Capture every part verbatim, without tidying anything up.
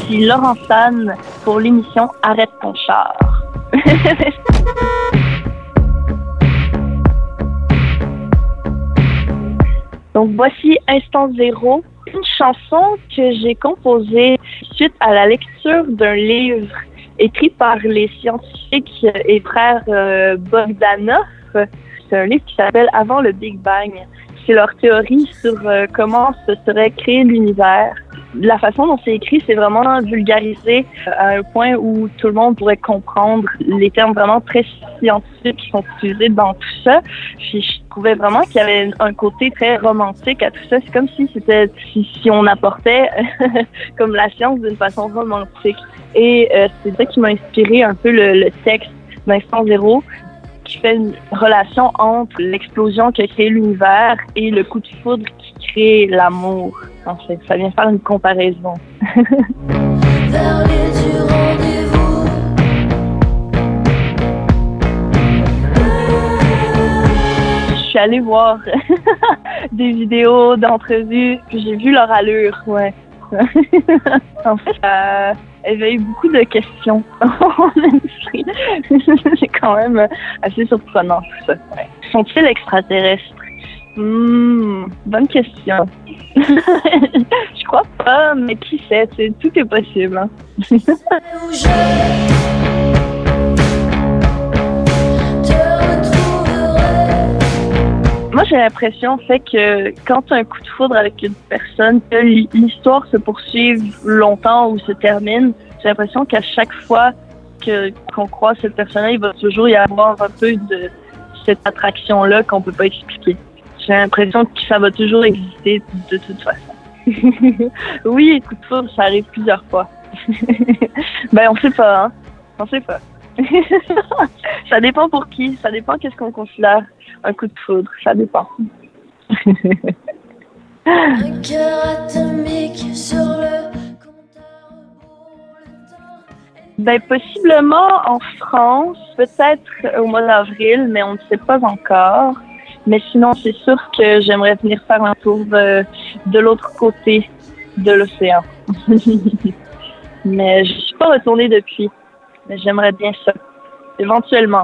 Ici Laurent San pour l'émission Arrête ton char. Donc voici Instant Zéro, une chanson que j'ai composée suite à la lecture d'un livre écrit par les scientifiques et frères euh, Bogdanov. C'est un livre qui s'appelle Avant le Big Bang. C'est leur théorie sur euh, comment se serait créé l'univers. La façon dont c'est écrit, c'est vraiment vulgarisé à un point où tout le monde pourrait comprendre les termes vraiment très scientifiques qui sont utilisés dans tout ça. Puis je trouvais vraiment qu'il y avait un côté très romantique à tout ça. C'est comme si c'était si, si on apportait comme la science d'une façon romantique. Et euh, c'est ça qui m'a inspiré un peu le, le texte d'Instant Zéro, qui fait une relation entre l'explosion qui a créé l'univers et le coup de foudre qui crée l'amour. En fait, ça vient faire une comparaison. Vers les du rendez-vous. Je suis allée voir des vidéos d'entrevues, puis j'ai vu leur allure, ouais. En fait, ça éveille beaucoup de questions en industrie. C'est quand même assez surprenant tout ça. Ouais. Sont-ils extraterrestres? Hmm, bonne question. Je crois pas, mais qui sait, c'est, tout est possible. Hein. Moi, j'ai l'impression fait que quand tu as un coup de foudre avec une personne, que l'histoire se poursuive longtemps ou se termine, j'ai l'impression qu'à chaque fois que, qu'on croise cette personne-là, il va toujours y avoir un peu de cette attraction-là qu'on peut pas expliquer. J'ai l'impression que ça va toujours exister de toute façon. Oui, coup de foudre, ça arrive plusieurs fois. Ben, on sait pas, hein. On sait pas. Ça dépend pour qui, ça dépend qu'est-ce qu'on considère un coup de foudre, ça dépend. Un cœur atomique sur le compteur pour le temps. Ben, possiblement en France, peut-être au mois d'avril, mais on ne sait pas encore. Mais sinon, c'est sûr que j'aimerais venir faire un tour de, de l'autre côté de l'océan. Mais je suis pas retournée depuis. Mais j'aimerais bien ça. Éventuellement.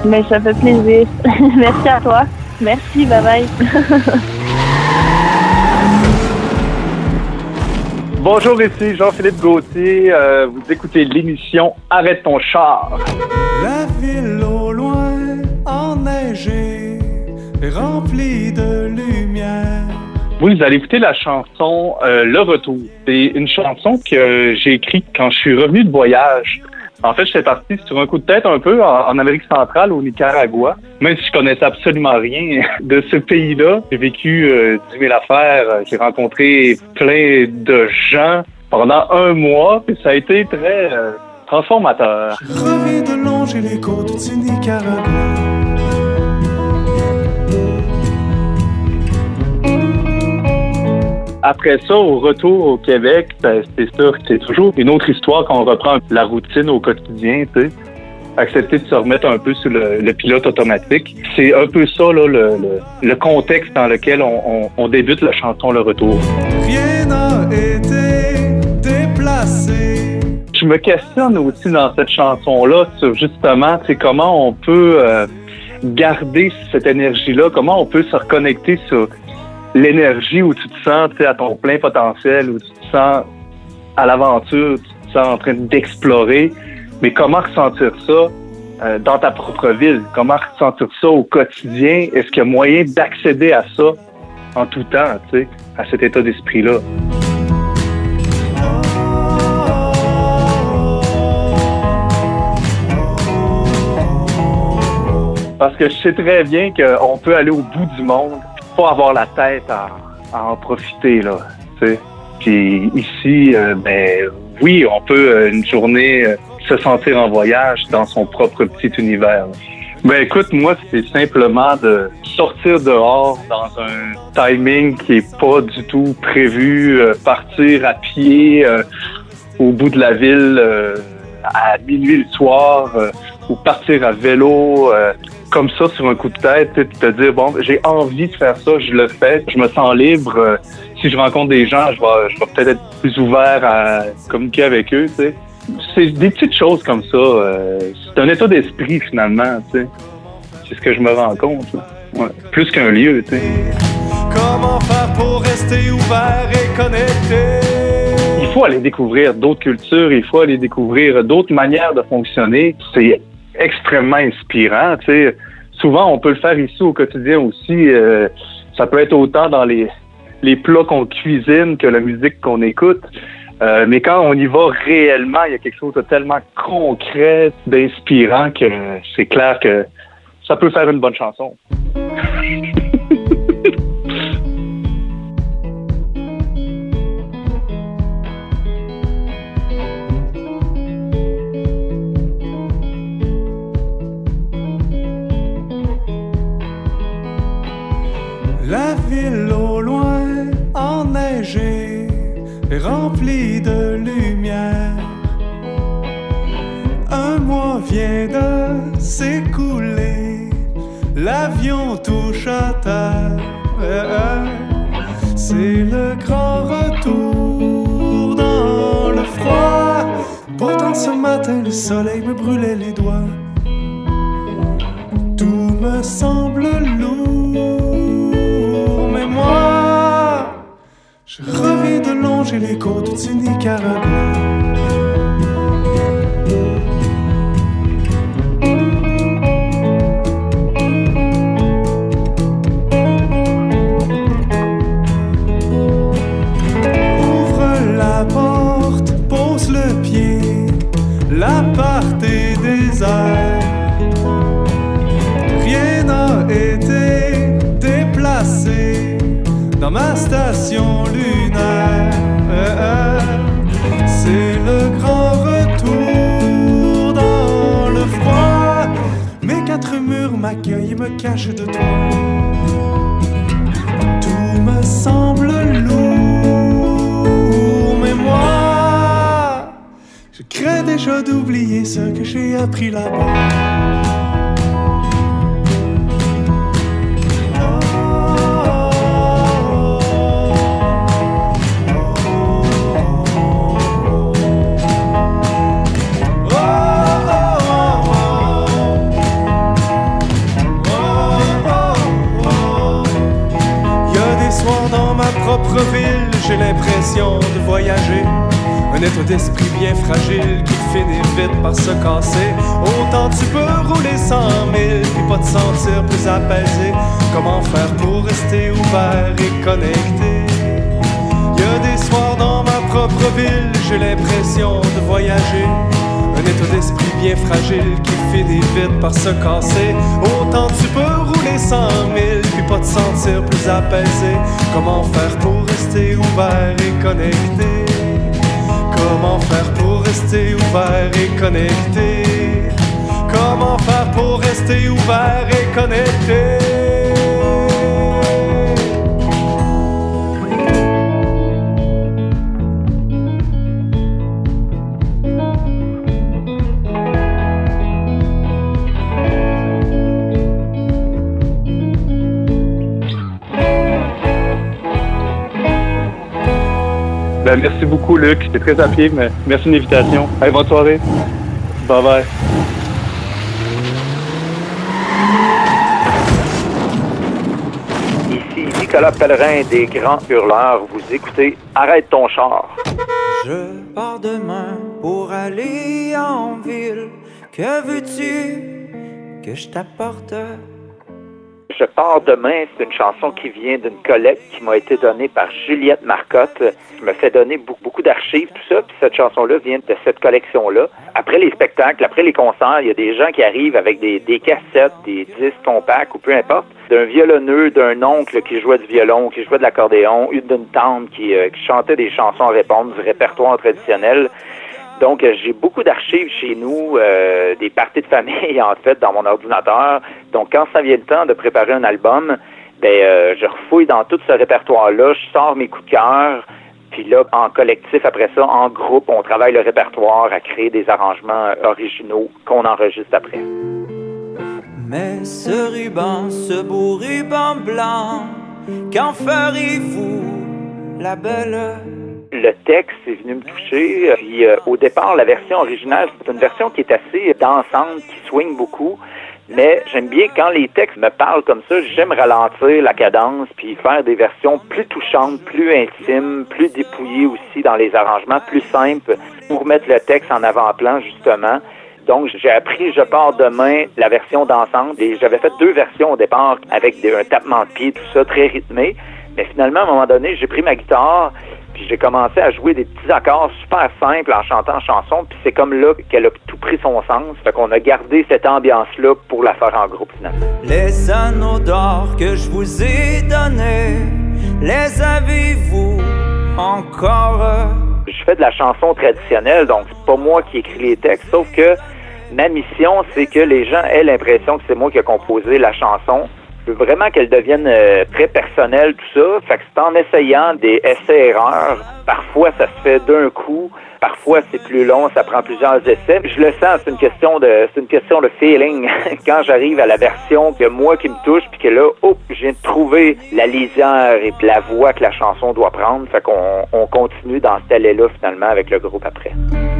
Mais ça fait plaisir. Merci à toi. Merci, bye bye. Bonjour, ici Jean-Philippe Gauthier. Euh, vous écoutez l'émission Arrête ton char. La ville au loin, enneigée, remplie de lumière. Vous allez écouter la chanson euh, Le Retour. C'est une chanson que j'ai écrite quand je suis revenu de voyage. En fait, j'étais parti sur un coup de tête un peu en, en Amérique centrale, au Nicaragua. Même si je connaissais absolument rien de ce pays-là. J'ai vécu euh, dix mille affaires. J'ai rencontré plein de gens pendant un mois. Et ça a été très euh, transformateur. Je reviens de longer les côtes du Nicaragua. Après ça, au retour au Québec, ben, c'est sûr que c'est toujours une autre histoire quand on reprend la routine au quotidien, tu sais. Accepter de se remettre un peu sur le, le pilote automatique. C'est un peu ça, là, le, le, le contexte dans lequel on, on, on débute la chanson Le Retour. Rien n'a été déplacé. Je me questionne aussi dans cette chanson-là sur justement, tu sais, comment on peut euh, garder cette énergie-là, comment on peut se reconnecter sur l'énergie où tu te sens à ton plein potentiel, où tu te sens à l'aventure, tu te sens en train d'explorer. Mais comment ressentir ça euh, dans ta propre ville? Comment ressentir ça au quotidien? Est-ce qu'il y a moyen d'accéder à ça en tout temps, tu sais, à cet état d'esprit-là? Parce que je sais très bien qu'on peut aller au bout du monde, pas avoir la tête à, à en profiter, là, tu sais. Puis ici, euh, ben oui, on peut euh, une journée euh, se sentir en voyage dans son propre petit univers. Là. Ben écoute, moi, c'est simplement de sortir dehors dans un timing qui est pas du tout prévu, euh, partir à pied euh, au bout de la ville euh, à minuit le soir, euh, ou partir à vélo, euh, comme ça, sur un coup de tête, te dire, bon, j'ai envie de faire ça, je le fais, je me sens libre. Euh, si je rencontre des gens, je vais, je vais peut-être être plus ouvert à communiquer avec eux, tu sais. C'est des petites choses comme ça. Euh, c'est un état d'esprit, finalement, tu sais. C'est ce que je me rends compte, là. Ouais. Plus qu'un lieu, tu sais. Comment faire pour rester ouvert et connecté? Il faut aller découvrir d'autres cultures, il faut aller découvrir d'autres manières de fonctionner. C'est extrêmement inspirant, tu sais. Souvent, on peut le faire ici au quotidien aussi. Euh, ça peut être autant dans les, les plats qu'on cuisine que la musique qu'on écoute. Euh, mais quand on y va réellement, il y a quelque chose de tellement concret, d'inspirant que c'est clair que ça peut faire une bonne chanson. La ville au loin, enneigée, remplie de lumière. Un mois vient de s'écouler, l'avion touche à terre. C'est le grand retour dans le froid. Pourtant ce matin le soleil me brûlait les doigts. Tout me semble lourd. Moi, je reviens de longer les côtes du Nicaragua. Ouvre la porte, pose le pied, l'appart est désert. Rien n'a été déplacé dans ma station lunaire. C'est le grand retour dans le froid. Mes quatre murs m'accueillent et me cachent de toi. Tout me semble lourd, mais moi, je crains déjà d'oublier ce que j'ai appris là-bas. propre ville, j'ai l'impression de voyager. Un état d'esprit bien fragile qui finit vite par se casser. Autant tu peux rouler cent mille puis pas te sentir plus apaisé. Comment faire pour rester ouvert et connecté? Y'a des soirs dans ma propre ville, j'ai l'impression de voyager. Un état d'esprit bien fragile qui finit vite par se casser. Autant tu peux rouler cent mille puis pas te sentir plus apaisé. Comment faire pour rester ouvert et connecté? Comment faire pour rester ouvert et connecté? Comment faire pour rester ouvert et connecté? Ben, merci beaucoup, Luc. J'étais très à pied, mais merci de l'invitation. Allez, bonne soirée. Bye bye. Ici Nicolas Pellerin des Grands Hurleurs. Vous écoutez Arrête ton char. Je pars demain pour aller en ville. Que veux-tu que je t'apporte? Je pars demain, c'est une chanson qui vient d'une collecte qui m'a été donnée par Juliette Marcotte. Je me fais donner beaucoup, beaucoup d'archives, tout ça, puis cette chanson-là vient de cette collection-là. Après les spectacles, après les concerts, il y a des gens qui arrivent avec des, des cassettes, des disques compacts ou peu importe, d'un violonneux, d'un oncle qui jouait du violon, qui jouait de l'accordéon, d'une tante qui, euh, qui chantait des chansons à répondre, du répertoire traditionnel. Donc, euh, j'ai beaucoup d'archives chez nous, euh, des parties de famille, en fait, dans mon ordinateur. Donc, quand ça vient le temps de préparer un album, ben, euh, je refouille dans tout ce répertoire-là, je sors mes coups de cœur, puis là, en collectif, après ça, en groupe, on travaille le répertoire à créer des arrangements originaux qu'on enregistre après. Mais ce ruban, ce beau ruban blanc, qu'en ferez-vous, la belle? Le texte est venu me toucher. Puis, euh, au départ, la version originale, c'est une version qui est assez dansante, qui swing beaucoup. Mais j'aime bien quand les textes me parlent comme ça, j'aime ralentir la cadence puis faire des versions plus touchantes, plus intimes, plus dépouillées aussi dans les arrangements, plus simples pour mettre le texte en avant-plan, justement. Donc, j'ai appris Je pars demain, la version dansante. Et j'avais fait deux versions au départ avec des, un tapement de pied, tout ça, très rythmé. Mais finalement, à un moment donné, j'ai pris ma guitare puis j'ai commencé à jouer des petits accords super simples en chantant chanson, puis c'est comme là qu'elle a tout pris son sens. Fait qu'on a gardé cette ambiance-là pour la faire en groupe, finalement. Les anneaux d'or que je vous ai donnés, les avez-vous encore? Je fais de la chanson traditionnelle, donc c'est pas moi qui écris les textes, sauf que ma mission, c'est que les gens aient l'impression que c'est moi qui ai composé la chanson. Je veux vraiment qu'elle devienne euh, très personnelle, tout ça. Fait que c'est en essayant des essais-erreurs. Parfois, ça se fait d'un coup. Parfois, c'est plus long, ça prend plusieurs essais. Je le sens, c'est une question de, c'est une question de feeling. Quand j'arrive à la version que moi qui me touche, puis que là, oh, je viens de trouver la lisière et la voix que la chanson doit prendre. Fait qu'on on continue dans cet allée-là, finalement, avec le groupe après.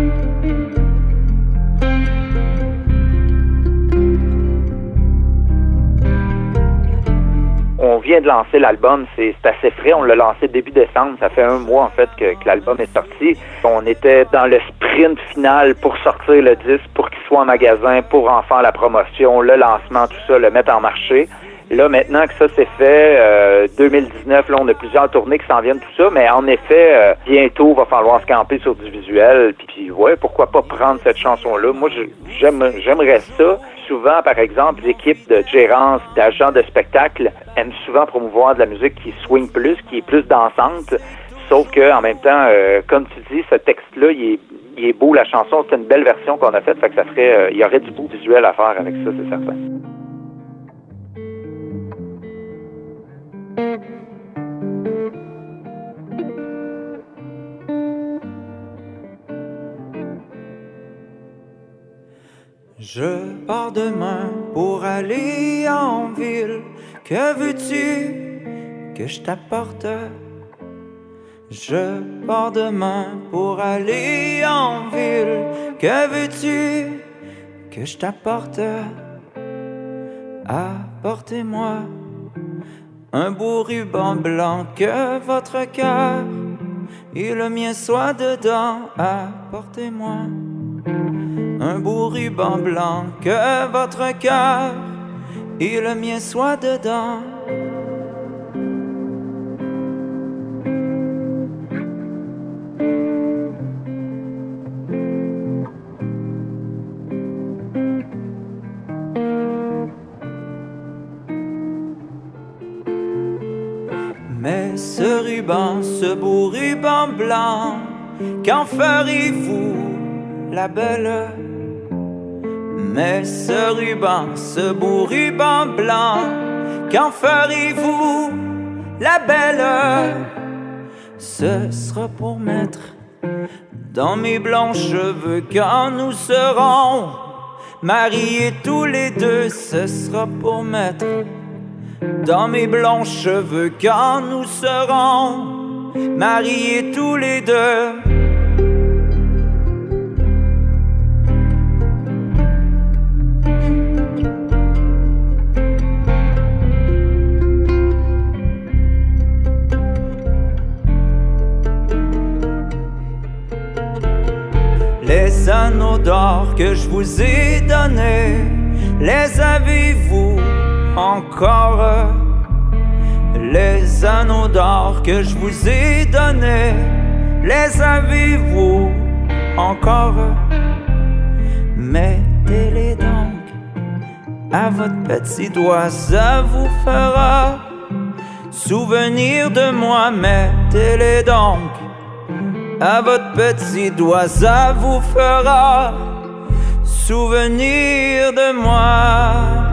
On vient de lancer l'album, c'est, c'est assez frais, on l'a lancé début décembre, ça fait un mois en fait que, que l'album est sorti. On était dans le sprint final pour sortir le disque, pour qu'il soit en magasin, pour en faire la promotion, le lancement, tout ça, le mettre en marché. Là, maintenant que ça c'est fait, euh, deux mille dix-neuf, là, on a plusieurs tournées qui s'en viennent, tout ça, mais en effet, euh, bientôt, il va falloir se camper sur du visuel, puis, puis ouais, pourquoi pas prendre cette chanson-là? Moi, j'aime, j'aimerais ça. Souvent, par exemple, l'équipe de gérance, d'agents de spectacle aiment souvent promouvoir de la musique qui swing plus, qui est plus dansante, sauf que en même temps, euh, comme tu dis, ce texte-là, il est, il est beau, la chanson, c'est une belle version qu'on a faite, fait que ça serait, euh, il y aurait du beau visuel à faire avec ça, c'est certain. Je pars demain pour aller en ville. Que veux-tu que je t'apporte? Je pars demain pour aller en ville. Que veux-tu que je t'apporte? Apportez-moi un beau ruban blanc, que votre cœur et le mien soient dedans. Apportez-moi un beau ruban blanc, que votre cœur et le mien soient dedans. Mais ce ruban, ce beau ruban blanc, qu'en ferez-vous, la belle? Mais ce ruban, ce beau ruban blanc, qu'en ferez-vous, la belle? Ce sera pour mettre dans mes blancs cheveux quand nous serons mariés tous les deux. Ce sera pour mettre dans mes blonds cheveux quand nous serons mariés tous les deux. Les anneaux d'or que je vous ai donnés, les avez-vous encore? Les anneaux d'or que je vous ai donnés, les avez-vous encore? Mettez-les donc à votre petit doigt, ça vous fera souvenir de moi. Mettez-les donc à votre petit doigt, ça vous fera souvenir de moi.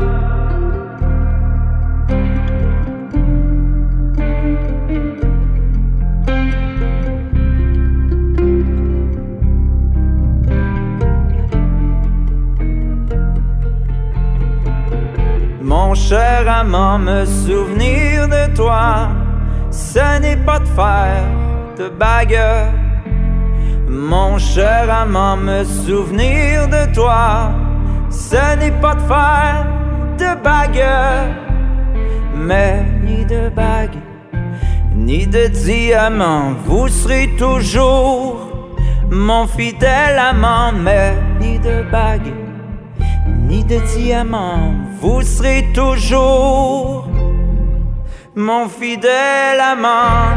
Mon cher amant, me souvenir de toi, ce n'est pas de faire de bague. Mon cher amant, me souvenir de toi, ce n'est pas de faire de bague, mais ni de bague, ni de diamant. Vous serez toujours mon fidèle amant, mais ni de bague, ni de diamant. Vous serez toujours mon fidèle amant.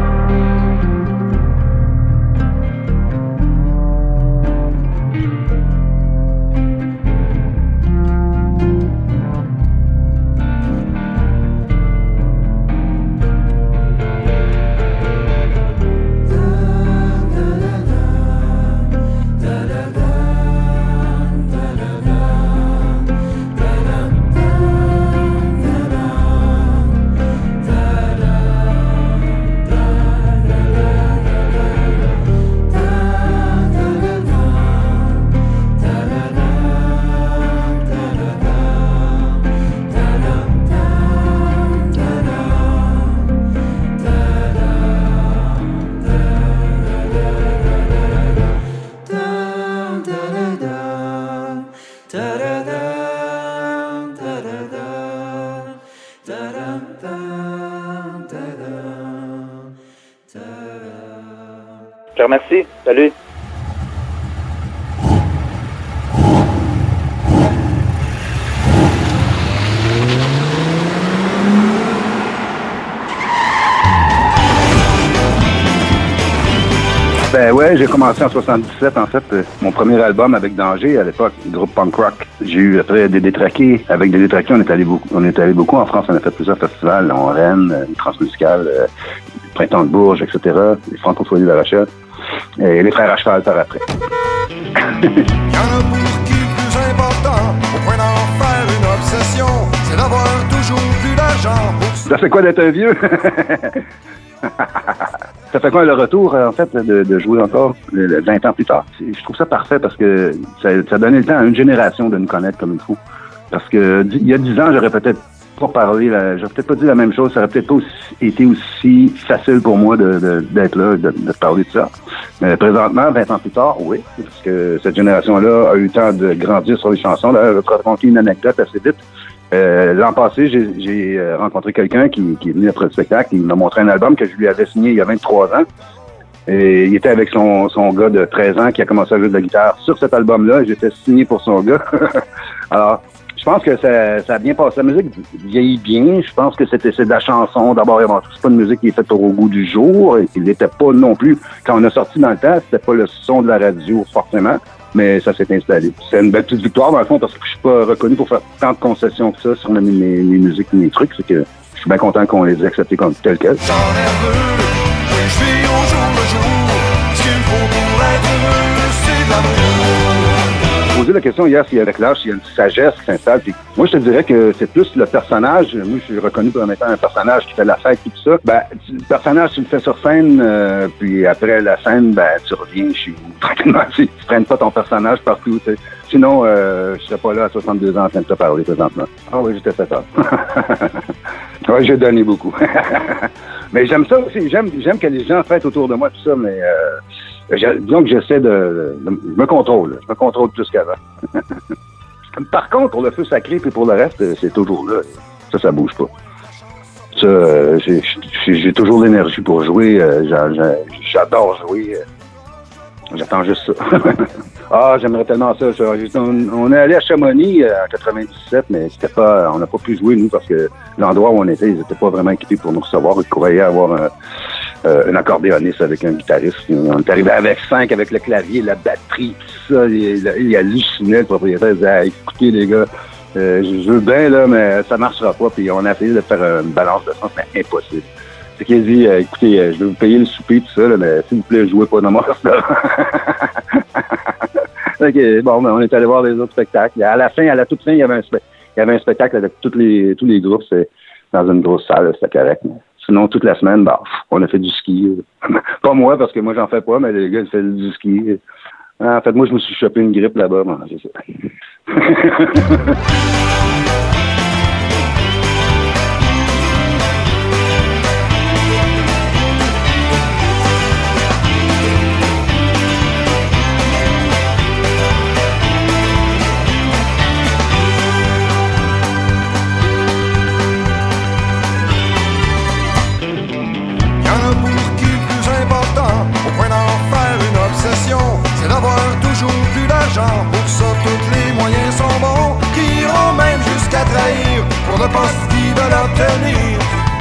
Je te remercie. Salut. Ben ouais, j'ai commencé en soixante-dix-sept, en fait, euh, mon premier album avec Danger, à l'époque, groupe punk rock. J'ai eu après des détraqués. Avec des détraqués, on est allé beaucoup, on est allé beaucoup en France, on a fait plusieurs festivals, on Rennes, euh, Transmusicales, euh, Printemps de Bourges, et cetera, les Francophonie de la Rochette, et les Frères à cheval par après. Il y en a pour qui le plus important, au point d'en faire une obsession, c'est d'avoir toujours plus d'argent. Ça fait quoi d'être un vieux? Ça fait quoi le retour, en fait, de, de jouer encore vingt ans plus tard? Je trouve ça parfait parce que ça, ça donnait le temps à une génération de nous connaître comme il faut. Parce que il y a dix ans, j'aurais peut-être pas parlé, la, j'aurais peut-être pas dit la même chose, ça aurait peut-être pas aussi, été aussi facile pour moi de, de, d'être là, de, de parler de ça. Mais présentement, vingt ans plus tard, oui, parce que cette génération-là a eu le temps de grandir sur les chansons. Là, je vais te raconter une anecdote assez vite. Euh, l'an passé, j'ai, j'ai euh, rencontré quelqu'un qui, qui est venu après le spectacle. Il m'a montré un album que je lui avais signé il y a vingt-trois ans. Et il était avec son, son gars de treize ans qui a commencé à jouer de la guitare sur cet album-là. J'étais signé pour son gars. Alors, je pense que ça, ça a bien passé. La musique vieillit bien. Je pense que c'était, c'est de la chanson. D'abord et avant tout, c'est pas une musique qui est faite au goût du jour. Et il n'était pas non plus, quand on a sorti dans le temps, c'était pas le son de la radio, forcément. Mais ça s'est installé. C'est une belle petite victoire, dans le fond, parce que je suis pas reconnu pour faire tant de concessions que ça sur mes, mes, mes musiques, mes trucs. C'est que je suis bien content qu'on les ait acceptés comme tel quel. J'en ai deux, oui, je vis au jour le jour. Ce qu'il faut pour être heureux, c'est de l'amour. Poser la question hier s'il y a avec l'âge, s'il y a une sagesse qui s'installe. Puis moi, je te dirais que c'est plus le personnage. Moi, je suis reconnu comme étant un personnage qui fait la fête et tout ça. Ben, tu, le personnage, tu le fais sur scène, euh, puis après la scène, ben, tu reviens chez vous tranquillement. Tu, tu traînes pas ton personnage partout. T'sais. Sinon, euh, je serais pas là à soixante-deux ans en train de te parler présentement. Ah oui, j'étais fait ça. Oui, j'ai donné beaucoup. Mais j'aime ça aussi. J'aime, j'aime que les gens fêtent autour de moi tout ça, mais euh, je, disons que j'essaie de, de... Je me contrôle. Je me contrôle plus qu'avant. Par contre, pour le feu sacré puis pour le reste, c'est toujours là. Ça, ça bouge pas. Ça, euh, j'ai, j'ai, j'ai toujours l'énergie pour jouer. Euh, j'a, j'a, j'adore jouer. J'attends juste ça. Ah, j'aimerais tellement ça. On, on est allé à Chamonix euh, en quatre-vingt-dix-sept, mais c'était pas, on n'a pas pu jouer, nous, parce que l'endroit où on était, ils n'étaient pas vraiment équipés pour nous recevoir. Ils croyaient avoir un, euh, un accordéoniste avec un guitariste. On est arrivé avec cinq, avec le clavier, la batterie, tout ça. Il, il hallucinait, le propriétaire. Il disait, ah, écoutez, les gars, euh, je veux bien, là, mais ça marchera pas. Puis on a essayé de faire une balance de sens, mais impossible. C'est qu'il a dit, euh, écoutez, euh, je vais vous payer le souper, tout ça, là, mais s'il vous plaît, jouez pas dans mon restaurant. Okay, bon, ben, on est allé voir les autres spectacles. À la fin, à la toute fin, il y avait un, spe- il y avait un spectacle avec tous les, tous les groupes. C'est dans une grosse salle, c'était correct. Mais sinon, toute la semaine, bah, on a fait du ski. Pas moi, parce que moi, j'en fais pas, mais les gars, ils font du ski. En fait, moi, je me suis chopé une grippe là-bas. Bon, c'est ça. C'est d'avoir toujours plus d'argent. Pour ça, tous les moyens sont bons, qui iront même jusqu'à trahir pour ne pas ce qu'ils veulent obtenir.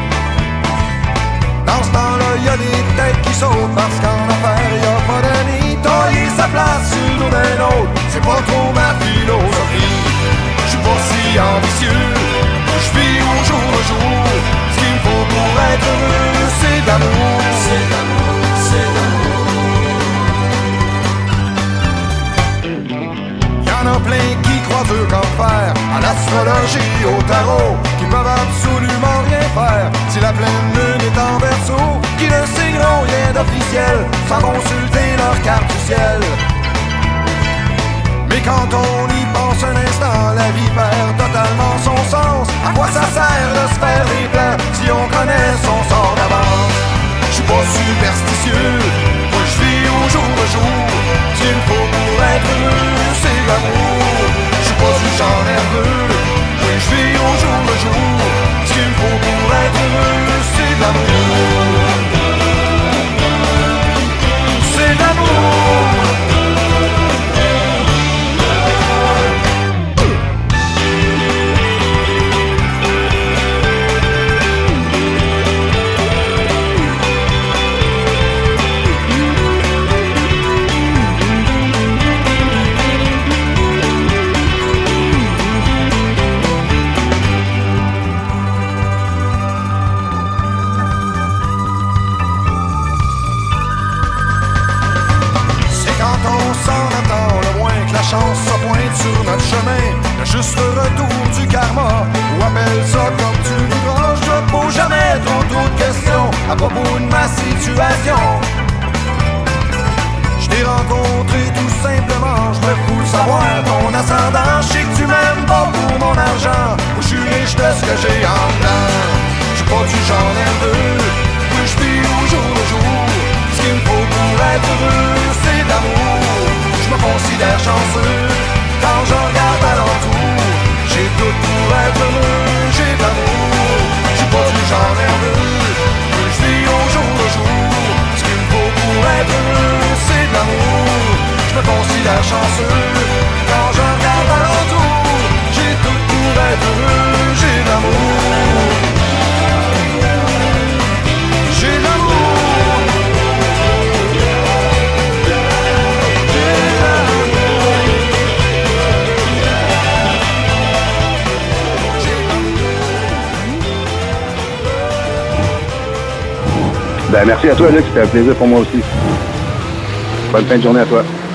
Dans ce temps-là, y a des têtes qui sautent parce qu'en affaires, y a pas d'amis. Tailler sa place sur le dos d'un autre, c'est pas trop ma philosophie. J'suis pas si ambitieux, je vis au jour le jour. Ce qu'il me faut pour être heureux, c'est de l'amour. C'est de l'amour, c'est de l'amour. Y'en a plein qui croient eux qu'en faire à l'astrologie, au tarot, qui peuvent absolument rien faire si la pleine lune est en verso, qui ne signeront rien d'officiel sans consulter leur carte du ciel. Mais quand on y pense un instant, la vie perd totalement son sens. À quoi ça sert de se faire des plans si on connaît son sort d'avance? J'suis pas superstitieux, moi j'vis au jour le jour. Ce qu'il faut pour être heureux, c'est l'amour. J'suis pas du genre nerveux, oui j'vis au jour le jour. Ce qu'il faut pour être heureux, c'est de l'amour. C'est de l'amour. La chance se pointe sur notre chemin, le juste retour du karma, ou appelle ça comme tu voudras. Je te pose jamais trop trop de questions à propos de ma situation. Je t'ai rencontré tout simplement, je me fous de savoir ton ascendant. Je sais que tu m'aimes pas pour mon argent, ou je suis riche de ce que j'ai en dedans. Je suis pas du genre nerveux, oui je vis au jour le jour. Ce qu'il me faut pour être heureux, c'est de l'amour. Je me considère chanceux quand je regarde alentour. J'ai tout pour être heureux. fier chanceux. Quand je regarde alentour, j'ai tout pour être heureux. J'ai de l'amour, j'ai de l'amour, j'ai de l'amour, j'ai de l'amour. Ben, merci à toi, Luc. C'était un plaisir pour moi aussi. Bonne fin de journée à toi.